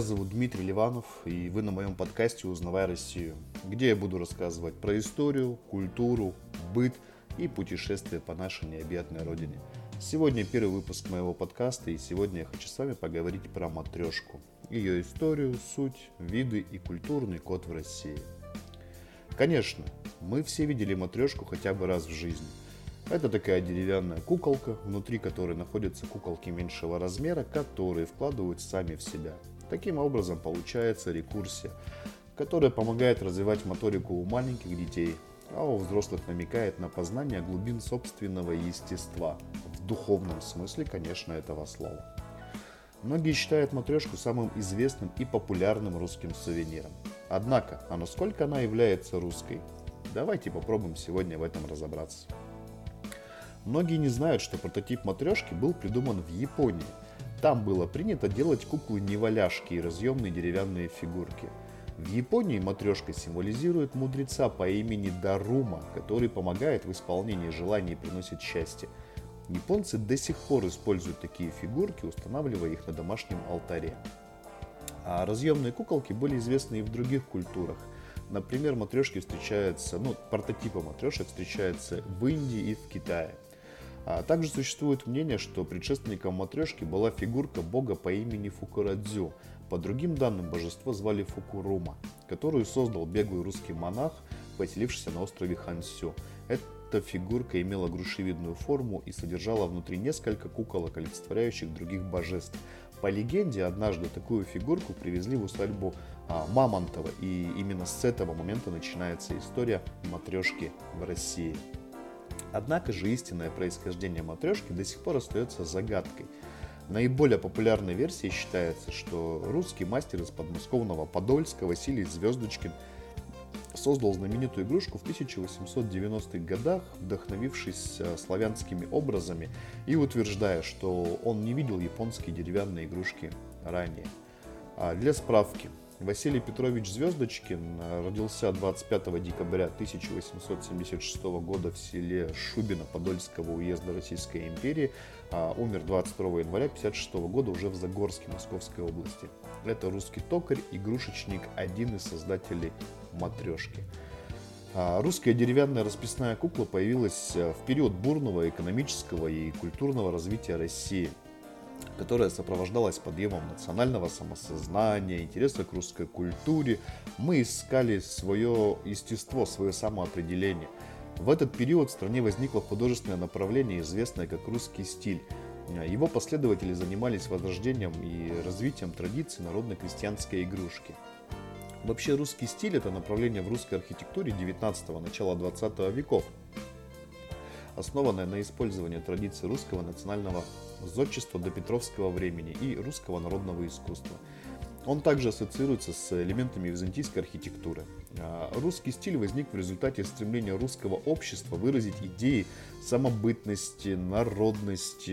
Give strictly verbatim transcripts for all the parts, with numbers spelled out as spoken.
зовут Дмитрий Ливанов, и вы на моем подкасте «Узнавай Россию», где я буду рассказывать про историю, культуру, быт и путешествия по нашей необъятной родине. Сегодня первый выпуск моего подкаста, и сегодня я хочу с вами поговорить про матрешку, ее историю, суть, виды и культурный код в России. Конечно, мы все видели матрешку хотя бы раз в жизни. Это такая деревянная куколка, внутри которой находятся куколки меньшего размера, которые вкладывают сами в себя. Таким образом получается рекурсия, которая помогает развивать моторику у маленьких детей, а у взрослых намекает на познание глубин собственного естества, в духовном смысле, конечно, этого слова. Многие считают матрешку самым известным и популярным русским сувениром. Однако, а насколько она является русской? Давайте попробуем сегодня в этом разобраться. Многие не знают, что прототип матрешки был придуман в Японии. Там было принято делать куклы-неваляшки и разъемные деревянные фигурки. В Японии матрешка символизирует мудреца по имени Дарума, который помогает в исполнении желаний и приносит счастье. Японцы до сих пор используют такие фигурки, устанавливая их на домашнем алтаре. А разъемные куколки были известны и в других культурах. Например, матрешки встречаются, ну, прототипы матрешек встречаются в Индии и в Китае. А также существует мнение, что предшественником матрешки была фигурка бога по имени Фукурадзю. По другим данным, божество звали Фукурума, которую создал беглый русский монах, поселившийся на острове Хансю. Эта фигурка имела грушевидную форму и содержала внутри несколько куколок, олицетворяющих других божеств. По легенде, однажды такую фигурку привезли в усадьбу а, Мамонтова, и именно с этого момента начинается история матрешки в России. Однако же истинное происхождение матрешки до сих пор остается загадкой. Наиболее популярной версией считается, что русский мастер из подмосковного Подольска Василий Звездочкин создал знаменитую игрушку в тысяча восемьсот девяностых годах, вдохновившись славянскими образами и утверждая, что он не видел японские деревянные игрушки ранее. А для справки, Василий Петрович Звездочкин родился двадцать пятого декабря тысяча восемьсот семьдесят шестого года в селе Шубино Подольского уезда Российской империи, а умер двадцать второго января тысяча девятьсот пятьдесят шестого года уже в Загорске Московской области. Это русский токарь, игрушечник, один из создателей матрешки. Русская деревянная расписная кукла появилась в период бурного экономического и культурного развития России, которая сопровождалась подъемом национального самосознания, интереса к русской культуре. Мы искали свое естество, свое самоопределение. В этот период в стране возникло художественное направление, известное как русский стиль. Его последователи занимались возрождением и развитием традиций народной крестьянской игрушки. Вообще русский стиль – это направление в русской архитектуре девятнадцатого – начала двадцатого веков, основанное на использовании традиций русского национального зодчества до Петровского времени и русского народного искусства. Он также ассоциируется с элементами византийской архитектуры. Русский стиль возник в результате стремления русского общества выразить идеи самобытности, народности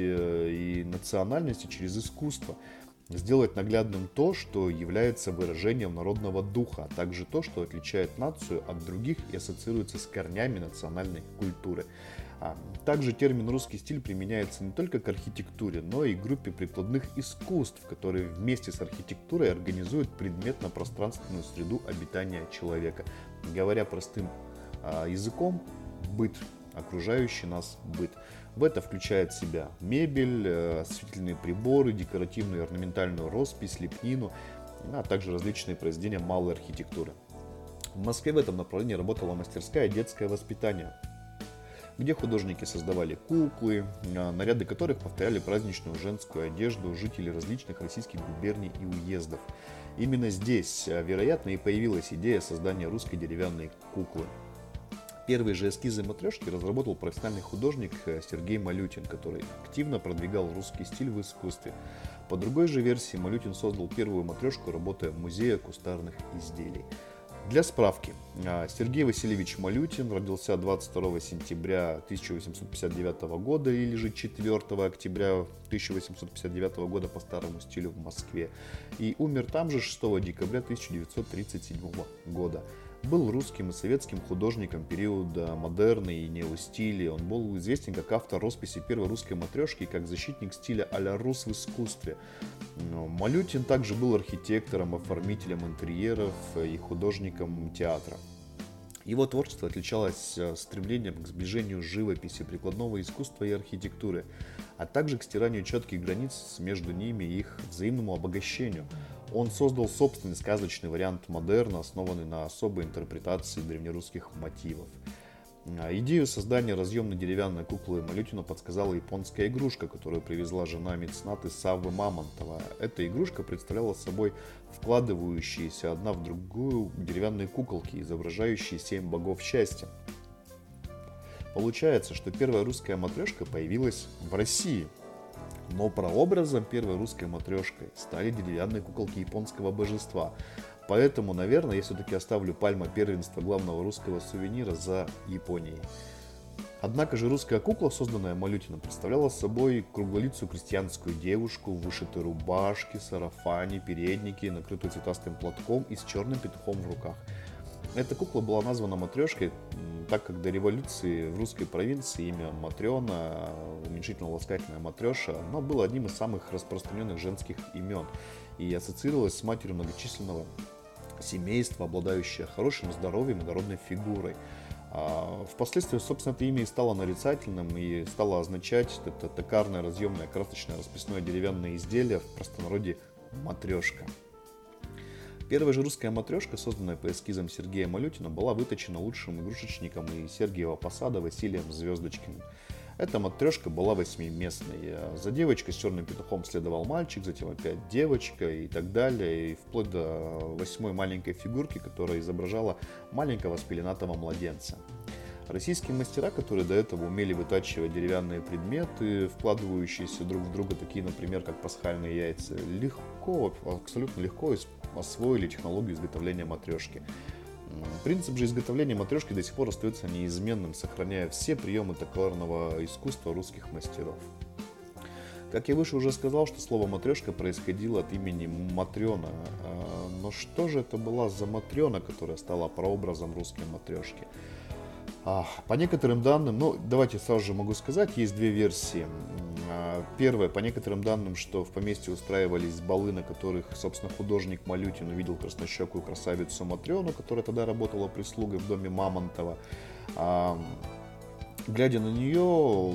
и национальности через искусство, сделать наглядным то, что является выражением народного духа, а также то, что отличает нацию от других и ассоциируется с корнями национальной культуры. Также термин «русский стиль» применяется не только к архитектуре, но и группе прикладных искусств, которые вместе с архитектурой организуют предметно-пространственную среду обитания человека. Говоря простым языком, быт, окружающий нас быт. В это включает в себя мебель, осветительные приборы, декоративную и орнаментальную роспись, лепнину, а также различные произведения малой архитектуры. В Москве в этом направлении работала мастерская «Детское воспитание», где художники создавали куклы, наряды которых повторяли праздничную женскую одежду жителей различных российских губерний и уездов. Именно здесь, вероятно, и появилась идея создания русской деревянной куклы. Первые же эскизы матрешки разработал профессиональный художник Сергей Малютин, который активно продвигал русский стиль в искусстве. По другой же версии, Малютин создал первую матрешку, работая в музее кустарных изделий. Для справки, Сергей Васильевич Малютин родился двадцать второго сентября тысяча восемьсот пятьдесят девятого года или же четвёртого октября тысяча восемьсот пятьдесят девятого года по старому стилю в Москве и умер там же шестого декабря тысяча девятьсот тридцать седьмого года. был русским и советским художником периода модерна и неостиля. Он был известен как автор росписи первой русской матрешки и как защитник стиля а-ля Рус в искусстве. Малютин также был архитектором, оформителем интерьеров и художником театра. Его творчество отличалось стремлением к сближению живописи, прикладного искусства и архитектуры, а также к стиранию четких границ между ними и их взаимному обогащению. Он создал собственный сказочный вариант модерна, основанный на особой интерпретации древнерусских мотивов. Идею создания разъемной деревянной куклы Малютину подсказала японская игрушка, которую привезла жена мецената Саввы Мамонтова. Эта игрушка представляла собой вкладывающиеся одна в другую деревянные куколки, изображающие семь богов счастья. Получается, что первая русская матрешка появилась в России, но прообразом первой русской матрешкой стали деревянные куколки японского божества. Поэтому, наверное, я все-таки оставлю пальму первенства главного русского сувенира за Японией. Однако же русская кукла, созданная Малютиным, представляла собой круглолицую крестьянскую девушку в вышитой рубашке, сарафане, переднике, накрытую цветастым платком и с черным петухом в руках. Эта кукла была названа матрешкой, так как до революции в русской провинции имя Матрена, уменьшительно-ласкательная матреша, оно было одним из самых распространенных женских имен и ассоциировалось с матерью многочисленного семейства, обладающее хорошим здоровьем и дородной фигурой. А впоследствии, собственно, это имя и стало нарицательным и стало означать это токарное, разъемное, красочное, расписное деревянное изделие, в простонародье матрешка. Первая же русская матрешка, созданная по эскизам Сергея Малютина, была выточена лучшим игрушечником и Сергиева Посада Василием Звездочкиным. Эта матрешка была восьмиместной. За девочкой с черным петухом следовал мальчик, затем опять девочка и так далее, и вплоть до восьмой маленькой фигурки, которая изображала маленького спеленатого младенца. Российские мастера, которые до этого умели вытачивать деревянные предметы, вкладывающиеся друг в друга, такие, например, как пасхальные яйца, легко, абсолютно легко освоили технологию изготовления матрешки. Принцип же изготовления матрешки до сих пор остается неизменным, сохраняя все приемы токарного искусства русских мастеров. Как я выше уже сказал, что слово матрешка происходило от имени Матрена. Но что же это была за Матрена, которая стала прообразом русской матрешки? По некоторым данным, ну давайте сразу же могу сказать, есть две версии. Первая, по некоторым данным, что в поместье устраивались балы, на которых, собственно, художник Малютин увидел краснощекую красавицу Матрёну, которая тогда работала прислугой в доме Мамонтова. А, глядя на нее,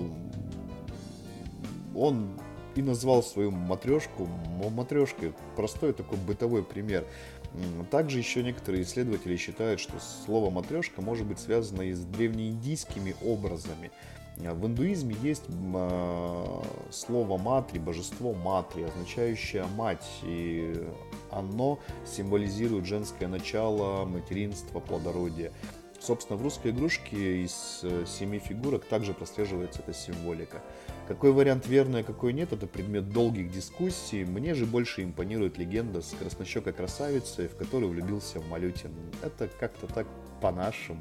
он и назвал свою матрешку матрешкой. Простой такой бытовой пример. Также еще некоторые исследователи считают, что слово матрешка может быть связано и с древнеиндийскими образами. В индуизме есть слово матри, божество матри, означающее мать, и оно символизирует женское начало, материнство, плодородие. Собственно, в русской игрушке из семи фигурок также прослеживается эта символика. Какой вариант верный, а какой нет, это предмет долгих дискуссий. Мне же больше импонирует легенда с краснощекой красавицей, в которую влюбился Малютин. Это как-то так по-нашему.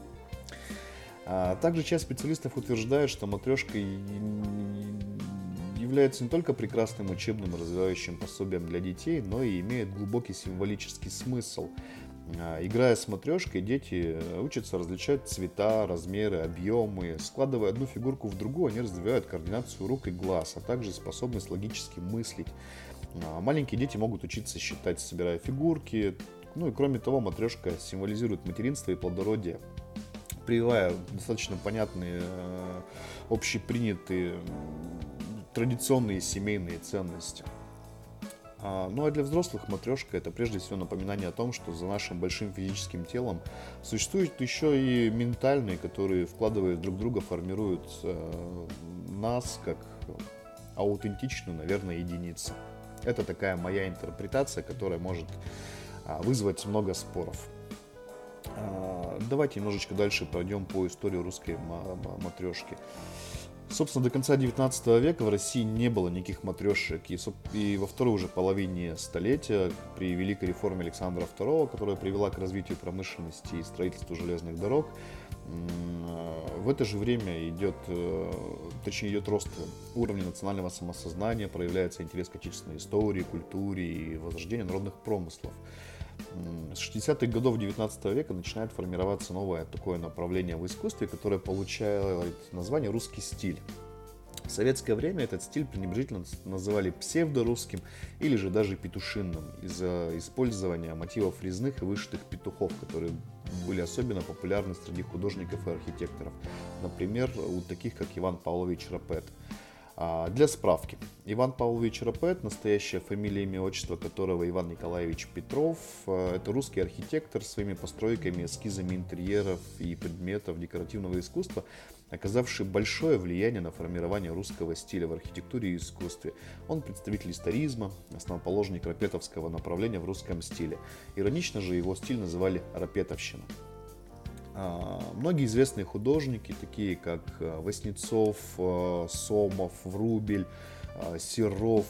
А также часть специалистов утверждает, что матрешка является не только прекрасным учебным и развивающим пособием для детей, но и имеет глубокий символический смысл. Играя с матрешкой, дети учатся различать цвета, размеры, объемы. Складывая одну фигурку в другую, они развивают координацию рук и глаз, а также способность логически мыслить. Маленькие дети могут учиться считать, собирая фигурки. Ну и кроме того, матрешка символизирует материнство и плодородие, прививая достаточно понятные, общепринятые, традиционные семейные ценности. Ну а для взрослых матрешка — это прежде всего напоминание о том, что за нашим большим физическим телом существуют еще и ментальные, которые, вкладывая друг в друга, формируют нас как аутентичную, наверное, единицу. Это такая моя интерпретация, которая может вызвать много споров. Давайте немножечко дальше пройдем по истории русской матрешки. Собственно, до конца девятнадцатого века в России не было никаких матрешек, и, и во второй уже половине столетия, при Великой реформе Александра второго, которая привела к развитию промышленности и строительству железных дорог, в это же время идет, точнее, идет рост уровня национального самосознания, проявляется интерес к отечественной истории, культуре и возрождению народных промыслов. С шестидесятых годов девятнадцатого века начинает формироваться новое такое направление в искусстве, которое получает название «русский стиль». В советское время этот стиль пренебрежительно называли псевдорусским или же даже петушинным из-за использования мотивов резных и вышитых петухов, которые были особенно популярны среди художников и архитекторов. Например, у таких как Иван Павлович Рапет. А для справки, Иван Павлович Рапет, настоящая фамилия, имя, отчество которого Иван Николаевич Петров, это русский архитектор, своими постройками, эскизами интерьеров и предметов декоративного искусства, оказавший большое влияние на формирование русского стиля в архитектуре и искусстве. Он представитель историзма, основоположник рапетовского направления в русском стиле. Иронично же его стиль называли рапетовщина. Многие известные художники, такие как Васнецов, Сомов, Врубель, Серов,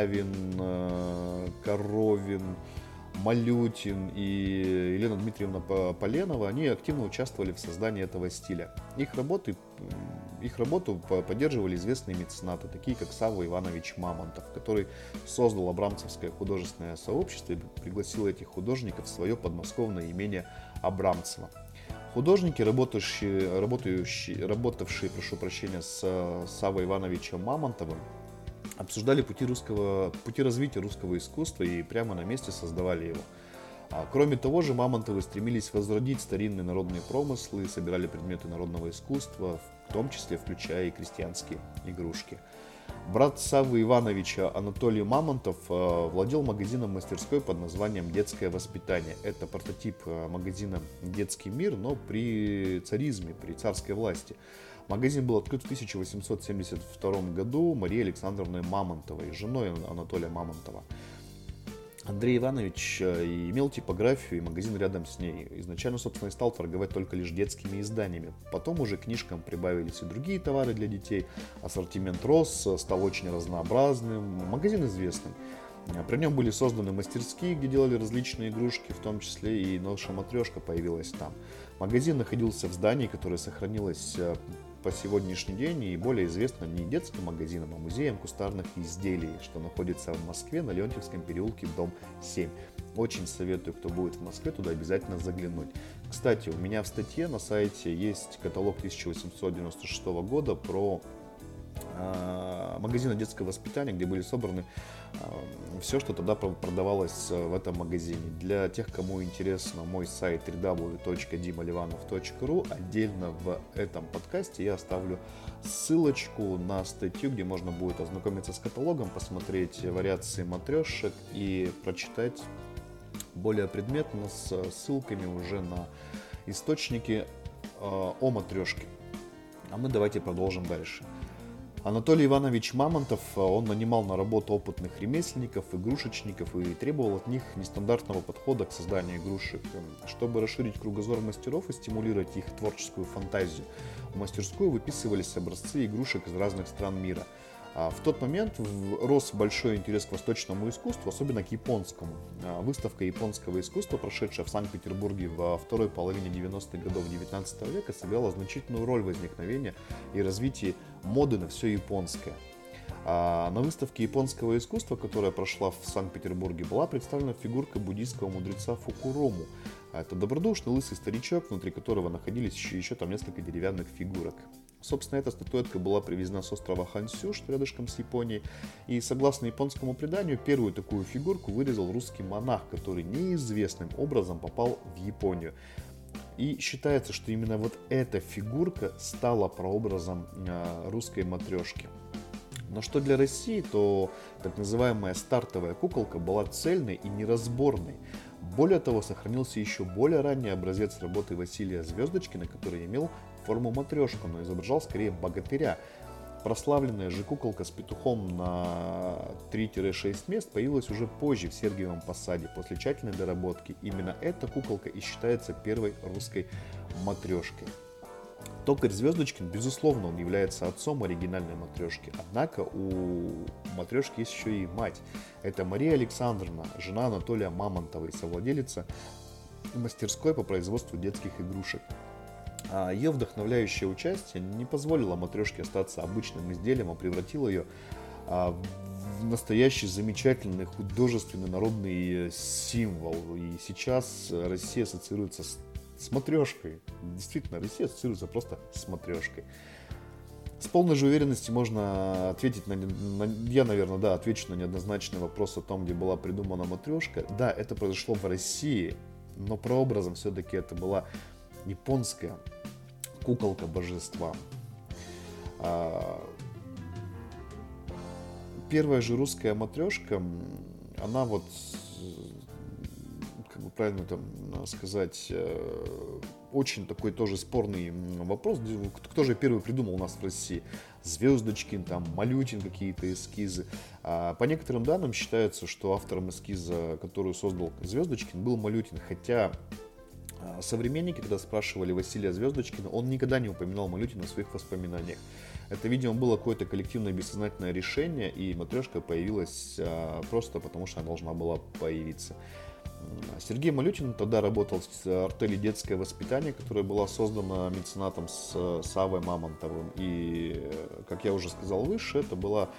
Малявин, Коровин, Малютин и Елена Дмитриевна Поленова, они активно участвовали в создании этого стиля. Их работы, их работу поддерживали известные меценаты, такие как Савва Иванович Мамонтов, который создал Абрамцевское художественное сообщество и пригласил этих художников в свое подмосковное имение Абрамцево. Художники, работающие, работающие, работавшие, прошу прощения, с Саввой Ивановичем Мамонтовым, обсуждали пути, русского, пути развития русского искусства и прямо на месте создавали его. А, кроме того же, Мамонтовы стремились возродить старинные народные промыслы, собирали предметы народного искусства, в том числе включая и крестьянские игрушки. Брат Саввы Ивановича Анатолий Мамонтов владел магазином-мастерской под названием «Детское воспитание». Это прототип магазина «Детский мир», но при царизме, при царской власти. Магазин был открыт в тысяча восемьсот семьдесят втором году Марией Александровной Мамонтовой, женой Анатолия Мамонтова. Андрей Иванович имел типографию и магазин рядом с ней. Изначально, собственно, и стал торговать только лишь детскими изданиями. Потом уже к книжкам прибавились и другие товары для детей. Ассортимент рос, стал очень разнообразным. Магазин известный. При нем были созданы мастерские, где делали различные игрушки, в том числе и наша матрешка появилась там. Магазин находился в здании, которое сохранилось по сегодняшний день и более известно не детским магазином, а музеем кустарных изделий, что находится в Москве на Леонтьевском переулке, дом семь. Очень советую, кто будет в Москве, туда обязательно заглянуть. Кстати, у меня в статье на сайте есть каталог тысяча восемьсот девяносто шестого года про э, магазины детского воспитания, где были собраны э, все, что тогда продавалось в этом магазине. Для тех, кому интересно, мой сайт дабл ю дабл ю дабл ю точка дима ливанов точка ру, отдельно в этом подкасте я оставлю ссылочку на статью, где можно будет ознакомиться с каталогом, посмотреть вариации матрешек и прочитать более предметно с ссылками уже на источники э, о матрешке. А мы давайте продолжим дальше. Анатолий Иванович Мамонтов, он нанимал на работу опытных ремесленников, игрушечников и требовал от них нестандартного подхода к созданию игрушек. Чтобы расширить кругозор мастеров и стимулировать их творческую фантазию, в мастерскую выписывались образцы игрушек из разных стран мира. В тот момент рос большой интерес к восточному искусству, особенно к японскому. Выставка японского искусства, прошедшая в Санкт-Петербурге во второй половине девяностых годов девятнадцатого века, сыграла значительную роль в возникновении и развитии моды на все японское. На выставке японского искусства, которая прошла в Санкт-Петербурге, была представлена фигурка буддийского мудреца Фукурому. Это добродушный лысый старичок, внутри которого находились еще, еще там несколько деревянных фигурок. Собственно, эта статуэтка была привезена с острова Хансю, что рядышком с Японией. И согласно японскому преданию, первую такую фигурку вырезал русский монах, который неизвестным образом попал в Японию. И считается, что именно вот эта фигурка стала прообразом э, русской матрешки. Но что для России, то так называемая стартовая куколка была цельной и неразборной. Более того, сохранился еще более ранний образец работы Василия Звездочкина, который имел форму матрешку, но изображал скорее богатыря. Прославленная же куколка с петухом на три-шесть мест появилась уже позже в Сергиевом Посаде, после тщательной доработки. Именно эта куколка и считается первой русской матрешкой. Токарь Звездочкин, безусловно, он является отцом оригинальной матрешки. Однако у матрешки есть еще и мать. Это Мария Александровна, жена Анатолия Мамонтова и совладелица мастерской по производству детских игрушек. А ее вдохновляющее участие не позволило матрешке остаться обычным изделием, а превратило ее настоящий замечательный художественный народный символ. И сейчас Россия ассоциируется с смотрешкой. Действительно, Россия ассоциируется просто с смотрешкой. С полной же уверенностью можно ответить на, на... Я, наверное, да, отвечу на неоднозначный вопрос о том, где была придумана матрешка. Да, это произошло в России, но прообразом все-таки это была японская куколка божества. Первая же русская матрешка, она вот, как бы правильно там сказать, очень такой тоже спорный вопрос. Кто же первый придумал у нас в России? Звездочкин, там, Малютин, какие-то эскизы. А по некоторым данным считается, что автором эскиза, который создал Звездочкин, был Малютин. Хотя современники, когда спрашивали Василия Звездочкина, он никогда не упоминал Малютина в своих воспоминаниях. Это, видимо, было какое-то коллективное бессознательное решение, и матрешка появилась а, просто потому, что она должна была появиться. Сергей Малютин тогда работал в артели «Детское воспитание», которая была создана меценатом с Саввой Мамонтовым. И, как я уже сказал выше, это была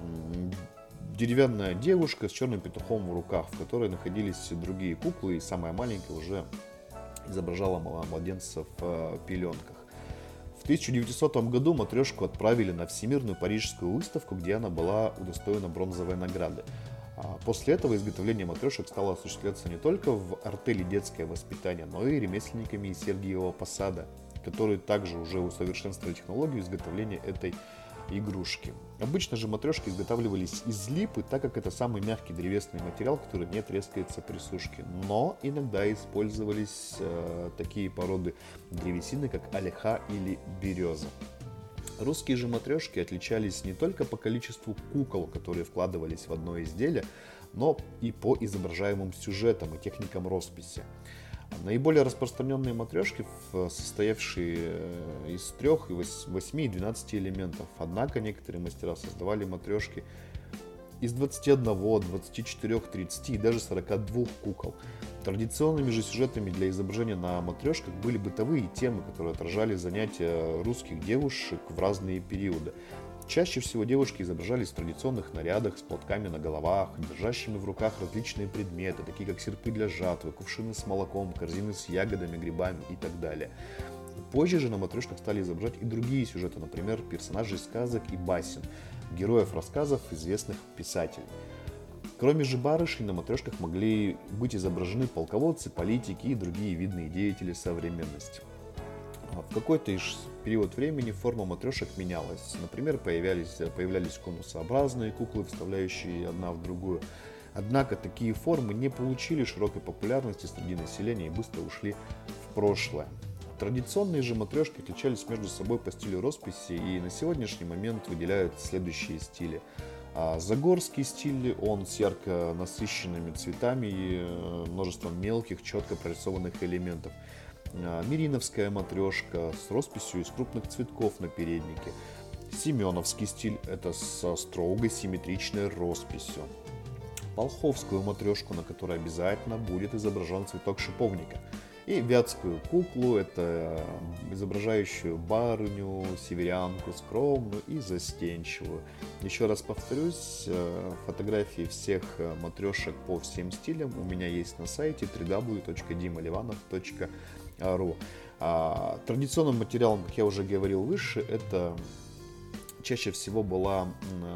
деревянная девушка с черным петухом в руках, в которой находились другие куклы, и самая маленькая уже изображала младенца в пеленках. В тысяча девятисотом году матрешку отправили на Всемирную парижскую выставку, где она была удостоена бронзовой награды. После этого изготовление матрешек стало осуществляться не только в артели «Детское воспитание», но и ремесленниками из Сергиевого Посада, которые также уже усовершенствовали технологию изготовления этой игрушки. Обычно же матрешки изготавливались из липы, так как это самый мягкий древесный материал, который не трескается при сушке. Но иногда использовались э, такие породы древесины, как ольха или береза. Русские же матрешки отличались не только по количеству кукол, которые вкладывались в одно изделие, но и по изображаемым сюжетам и техникам росписи. Наиболее распространенные матрешки, состоявшие из трех, восьми и двенадцати элементов. Однако некоторые мастера создавали матрешки из двадцати одного, двадцати четырёх, тридцати и даже сорока двух кукол. Традиционными же сюжетами для изображения на матрешках были бытовые темы, которые отражали занятия русских девушек в разные периоды. Чаще всего девушки изображались в традиционных нарядах с платками на головах, держащими в руках различные предметы, такие как серпы для жатвы, кувшины с молоком, корзины с ягодами, грибами и так далее. Позже же на матрешках стали изображать и другие сюжеты, например, персонажей сказок и басен, героев рассказов известных писателей. Кроме же барышей, на матрешках могли быть изображены полководцы, политики и другие видные деятели современности. В какой-то период времени форма матрешек менялась. Например, появлялись, появлялись конусообразные куклы, вставляющие одна в другую. Однако такие формы не получили широкой популярности среди населения и быстро ушли в прошлое. Традиционные же матрешки отличались между собой по стилю росписи и на сегодняшний момент выделяют следующие стили. Загорский стиль, он с ярко насыщенными цветами и множеством мелких, четко прорисованных элементов. Мириновская матрешка с росписью из крупных цветков на переднике. Семеновский стиль, это со строгой симметричной росписью. Волховскую матрешку, на которой обязательно будет изображен цветок шиповника. И вятскую куклу, это изображающую барыню, северянку, скромную и застенчивую. Еще раз повторюсь, фотографии всех матрешек по всем стилям у меня есть на сайте дабл ю дабл ю дабл ю точка дима ливанов точка ру. А традиционным материалом, как я уже говорил выше, это чаще всего была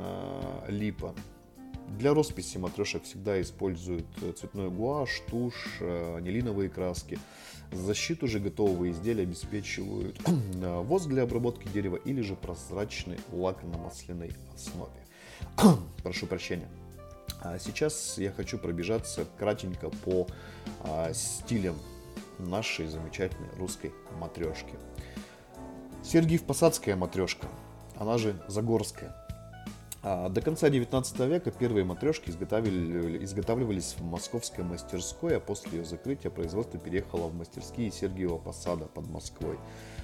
липа. Для росписи матрешек всегда используют цветной гуашь, тушь, анилиновые краски. Защиту же готового изделия обеспечивают воск для обработки дерева или же прозрачный лак на масляной основе. Прошу прощения. А сейчас я хочу пробежаться кратенько по а, стилям нашей замечательной русской матрешки. Сергиев-Посадская матрешка, она же Загорская. До конца девятнадцатого века первые матрешки изготавливались в московской мастерской, а после ее закрытия производство переехало в мастерские Сергиева Посада под Москвой.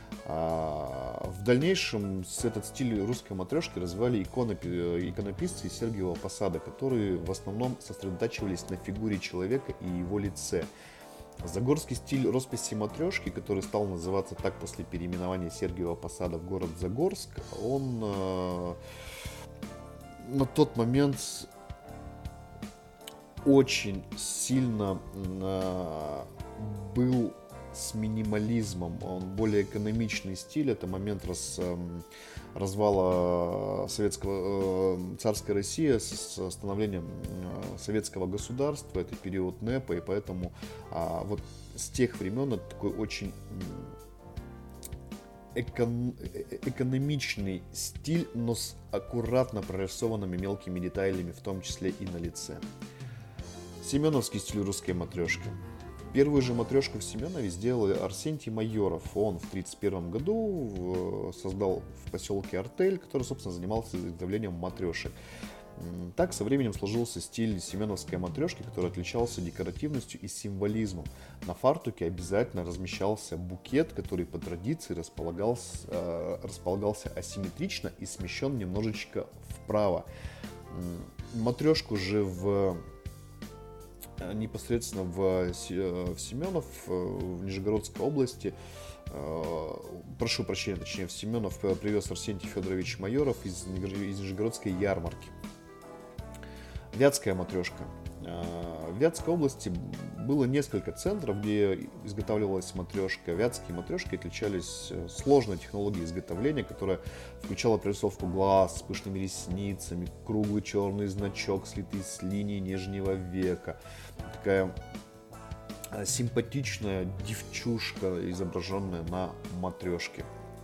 В дальнейшем этот стиль русской матрешки развивали иконописцы из Сергиева Посада, которые в основном сосредотачивались на фигуре человека и его лице. Загорский стиль росписи матрешки, который стал называться так после переименования Сергиева Посада в город Загорск, он на тот момент очень сильно э, был с минимализмом. Он более экономичный стиль. Это момент раз, э, развала советского, э, царской России с становлением э, советского государства. Это период НЭПа, и поэтому э, вот с тех времен это такой очень Экон... экономичный стиль, но с аккуратно прорисованными мелкими деталями, в том числе и на лице. Семеновский стиль русской матрешки. Первую же матрешку в Семенове сделал Арсентий Майоров. Он в тысяча девятьсот тридцать первом году создал в поселке Артель, который, собственно, занимался изготовлением матрешек. Так со временем сложился стиль семеновской матрешки, который отличался декоративностью и символизмом. На фартуке обязательно размещался букет, который по традиции располагался, э, располагался асимметрично и смещен немножечко вправо. Матрешку же в, непосредственно в, в Семенов, в Нижегородской области, э, прошу прощения, точнее в Семенов привез Арсентий Федорович Майоров из, из Нижегородской ярмарки. Вятская матрешка. В Вятской области было несколько центров, где изготавливалась матрешка. Вятские матрешки отличались сложной технологией изготовления, которая включала прорисовку глаз с пышными ресницами, круглый черный значок, слитый с линией нижнего века. Такая симпатичная девчушка, изображенная на матрешке.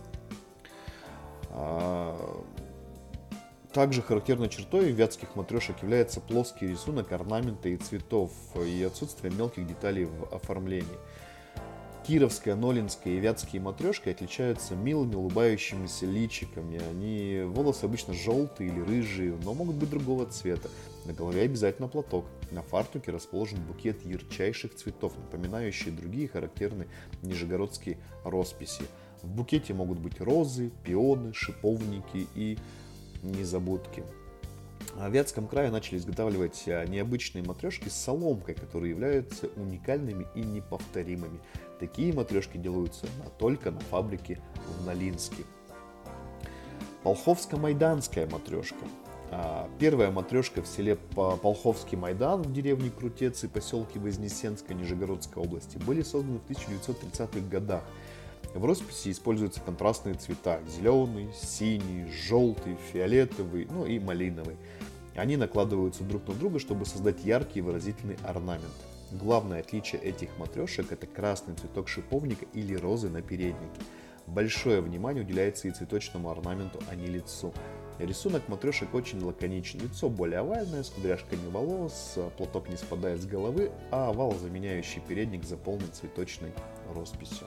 Также характерной чертой вятских матрешек является плоский рисунок орнамента и цветов и отсутствие мелких деталей в оформлении. Кировская, нолинская и вятские матрешки отличаются милыми улыбающимися личиками. Они волосы обычно желтые или рыжие, но могут быть другого цвета. На голове обязательно платок. На фартуке расположен букет ярчайших цветов, напоминающие другие характерные нижегородские росписи. В букете могут быть розы, пионы, шиповники и незабудки. В Вятском крае начали изготавливать необычные матрешки с соломкой, которые являются уникальными и неповторимыми. Такие матрешки делаются только на фабрике в Нолинске. Полховско-майданская матрешка. Первая матрешка в селе Полховский Майдан в деревне Крутец и поселке Вознесенской Нижегородской области были созданы в тысяча девятьсот тридцатых годах. В росписи используются контрастные цвета – зеленый, синий, желтый, фиолетовый, ну и малиновый. Они накладываются друг на друга, чтобы создать яркий и выразительный орнамент. Главное отличие этих матрешек – это красный цветок шиповника или розы на переднике. Большое внимание уделяется и цветочному орнаменту, а не лицу. Рисунок матрешек очень лаконичен. Лицо более овальное, с кудряшками волос, платок не спадает с головы, а овал, заменяющий передник, заполнен цветочной росписью.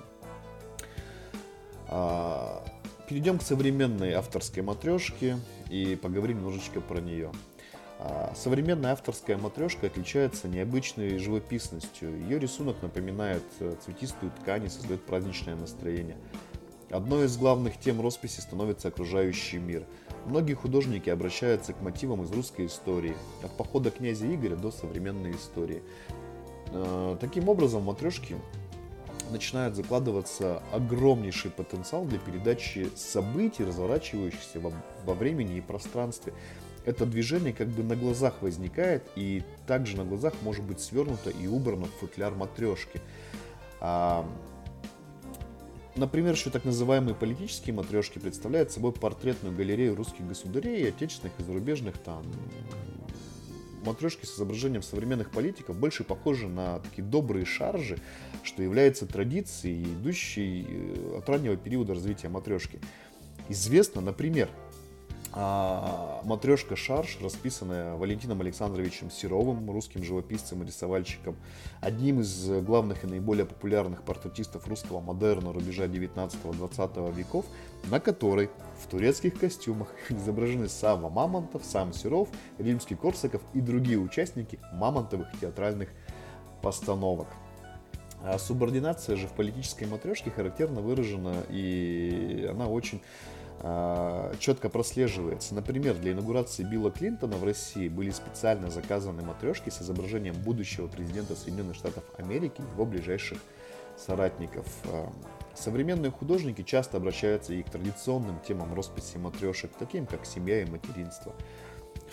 Перейдем к современной авторской матрешке и поговорим немножечко про нее. Современная авторская матрешка отличается необычной живописностью. Ее рисунок напоминает цветистую ткань и создает праздничное настроение. Одной из главных тем росписи становится окружающий мир. Многие художники обращаются к мотивам из русской истории, от похода князя Игоря до современной истории. Таким образом, в матрешке начинает закладываться огромнейший потенциал для передачи событий, разворачивающихся во, во времени и пространстве. Это движение как бы на глазах возникает, и также на глазах может быть свернуто и убрано в футляр матрешки. А, например, еще так называемые политические матрешки представляют собой портретную галерею русских государей, отечественных и зарубежных там. Матрешки с изображением современных политиков больше похожи на такие добрые шаржи, что является традицией, идущей от раннего периода развития матрешки. Известно, например, матрешка «Шарж», расписанная Валентином Александровичем Серовым, русским живописцем и рисовальщиком, одним из главных и наиболее популярных портретистов русского модерна рубежа девятнадцатого-двадцатого веков, на которой в турецких костюмах изображены Савва Мамонтов, сам Серов, Римский-Корсаков и другие участники мамонтовых театральных постановок. А субординация же в политической матрешке характерно выражена, и она очень четко прослеживается. Например, для инаугурации Билла Клинтона в России были специально заказаны матрешки с изображением будущего президента Соединенных Штатов Америки и его ближайших соратников. Современные художники часто обращаются и к традиционным темам росписи матрешек, таким как семья и материнство. В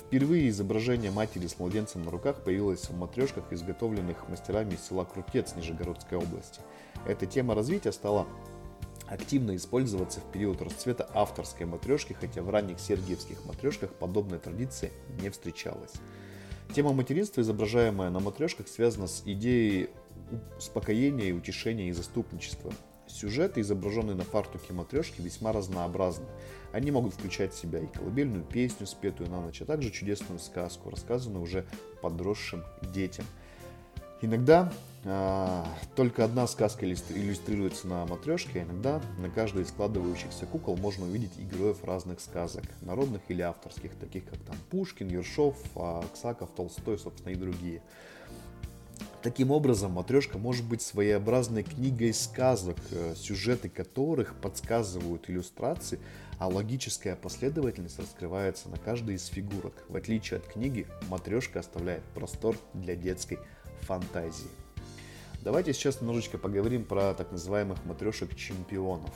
Впервые изображение матери с младенцем на руках появилось в матрешках, изготовленных мастерами из села Крутец Нижегородской области. Эта тема развития стала активно использоваться в период расцвета авторской матрешки, хотя в ранних сергиевских матрешках подобной традиции не встречалось. Тема материнства, изображаемая на матрешках, связана с идеей успокоения и утешения и заступничества. Сюжеты, изображенные на фартуке матрешки, весьма разнообразны. Они могут включать в себя и колыбельную песню, спетую на ночь, а также чудесную сказку, рассказанную уже подросшим детям. Иногда э, только одна сказка иллюстрируется на матрешке, а иногда на каждой из складывающихся кукол можно увидеть и героев разных сказок, народных или авторских, таких как там Пушкин, Ершов, Аксаков, Толстой, собственно, и другие. Таким образом, матрешка может быть своеобразной книгой сказок, сюжеты которых подсказывают иллюстрации, а логическая последовательность раскрывается на каждой из фигурок. В отличие от книги, матрешка оставляет простор для детской фантазии. Давайте сейчас немножечко поговорим про так называемых матрешек-чемпионов.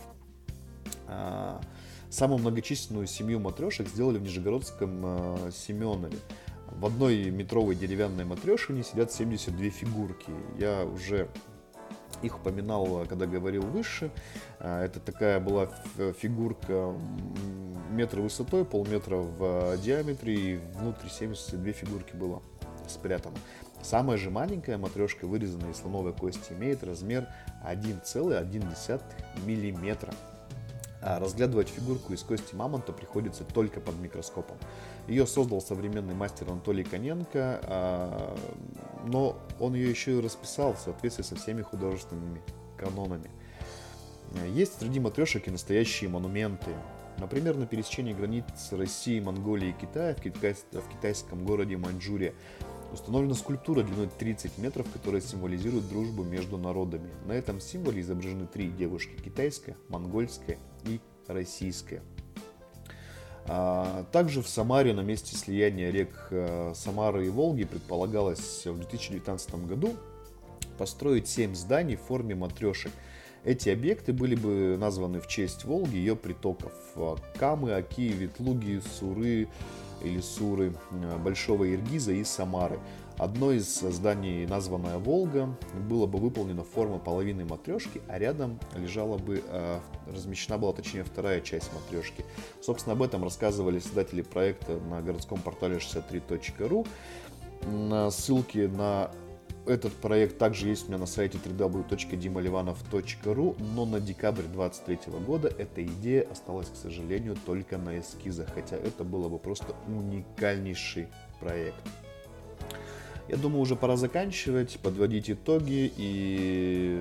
Самую многочисленную семью матрешек сделали в Нижегородском Семенове. В одной метровой деревянной матрешине сидят семьдесят две фигурки. Я уже их упоминал, когда говорил выше. Это такая была фигурка метр высотой, полметра в диаметре, и внутри семьдесят две фигурки было спрятано. Самая же маленькая матрешка, вырезанная из слоновой кости, имеет размер один целых одна десятая миллиметра. А разглядывать фигурку из кости мамонта приходится только под микроскопом. Ее создал современный мастер Анатолий Коненко, но он ее еще и расписал в соответствии со всеми художественными канонами. Есть среди матрешек и настоящие монументы. Например, на пересечении границ России, Монголии и Китая в, китай, в китайском городе Маньчжурия установлена скульптура длиной тридцать метров, которая символизирует дружбу между народами. На этом символе изображены три девушки – китайская, монгольская и российская. Также в Самаре на месте слияния рек Самары и Волги предполагалось в две тысячи девятнадцатом году построить семь зданий в форме матрешек. Эти объекты были бы названы в честь Волги и ее притоков – Камы, Оки, Ветлуги, Суры или Суры, Большого Иргиза и Самары. Одно из зданий, названное Волга, было бы выполнено в форме половины матрешки, а рядом лежала бы, э, размещена была, точнее, вторая часть матрешки. Собственно, об этом рассказывали создатели проекта на городском портале шестьдесят три точка ру. Ссылки на этот проект также есть у меня на сайте дабл ю дабл ю дабл ю точка дима ливанов точка ру, но на декабрь две тысячи двадцать третьего года эта идея осталась, к сожалению, только на эскизах, хотя это было бы просто уникальнейший проект. Я думаю, уже пора заканчивать, подводить итоги и,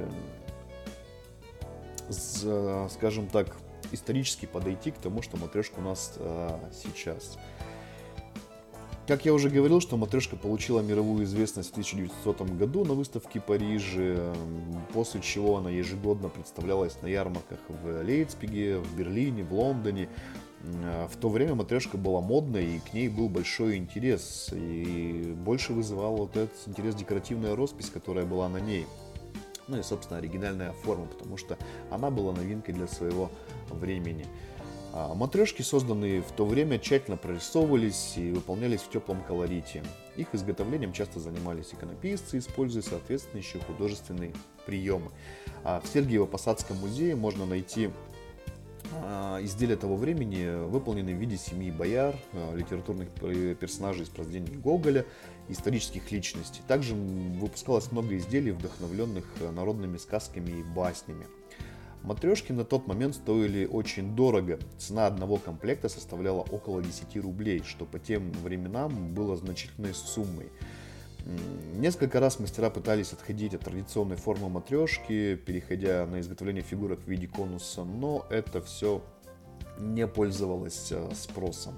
скажем так, исторически подойти к тому, что матрешка у нас а, сейчас. Как я уже говорил, что матрешка получила мировую известность в тысяча девятисотом году на выставке в Париже, после чего она ежегодно представлялась на ярмарках в Лейпциге, в Берлине, в Лондоне. В то время матрешка была модной, и к ней был большой интерес, и больше вызывала вот этот интерес декоративная роспись, которая была на ней. Ну и, собственно, оригинальная форма, потому что она была новинкой для своего времени. Матрешки, созданные в то время, тщательно прорисовывались и выполнялись в теплом колорите. Их изготовлением часто занимались иконописцы, используя соответствующие художественные приемы. В Сергиево-Посадском музее можно найти изделия того времени, выполненные в виде семьи бояр, литературных персонажей из произведений Гоголя, исторических личностей. Также выпускалось много изделий, вдохновленных народными сказками и баснями. Матрешки на тот момент стоили очень дорого. Цена одного комплекта составляла около десяти рублей, что по тем временам было значительной суммой. Несколько раз мастера пытались отходить от традиционной формы матрешки, переходя на изготовление фигурок в виде конуса, но это все не пользовалось спросом.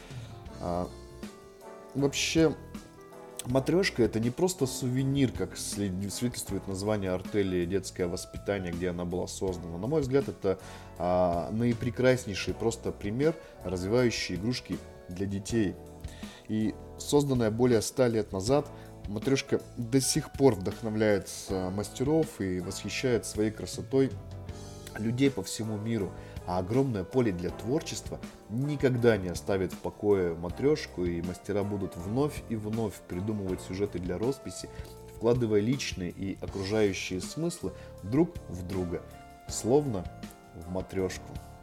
Вообще, матрешка — это не просто сувенир, как свидетельствует название артели «Детское воспитание», где она была создана. На мой взгляд, это а, наипрекраснейший просто пример развивающей игрушки для детей. И созданная более ста лет назад, матрешка до сих пор вдохновляет мастеров и восхищает своей красотой людей по всему миру. А огромное поле для творчества никогда не оставит в покое матрешку, и мастера будут вновь и вновь придумывать сюжеты для росписи, вкладывая личные и окружающие смыслы друг в друга, словно в матрешку.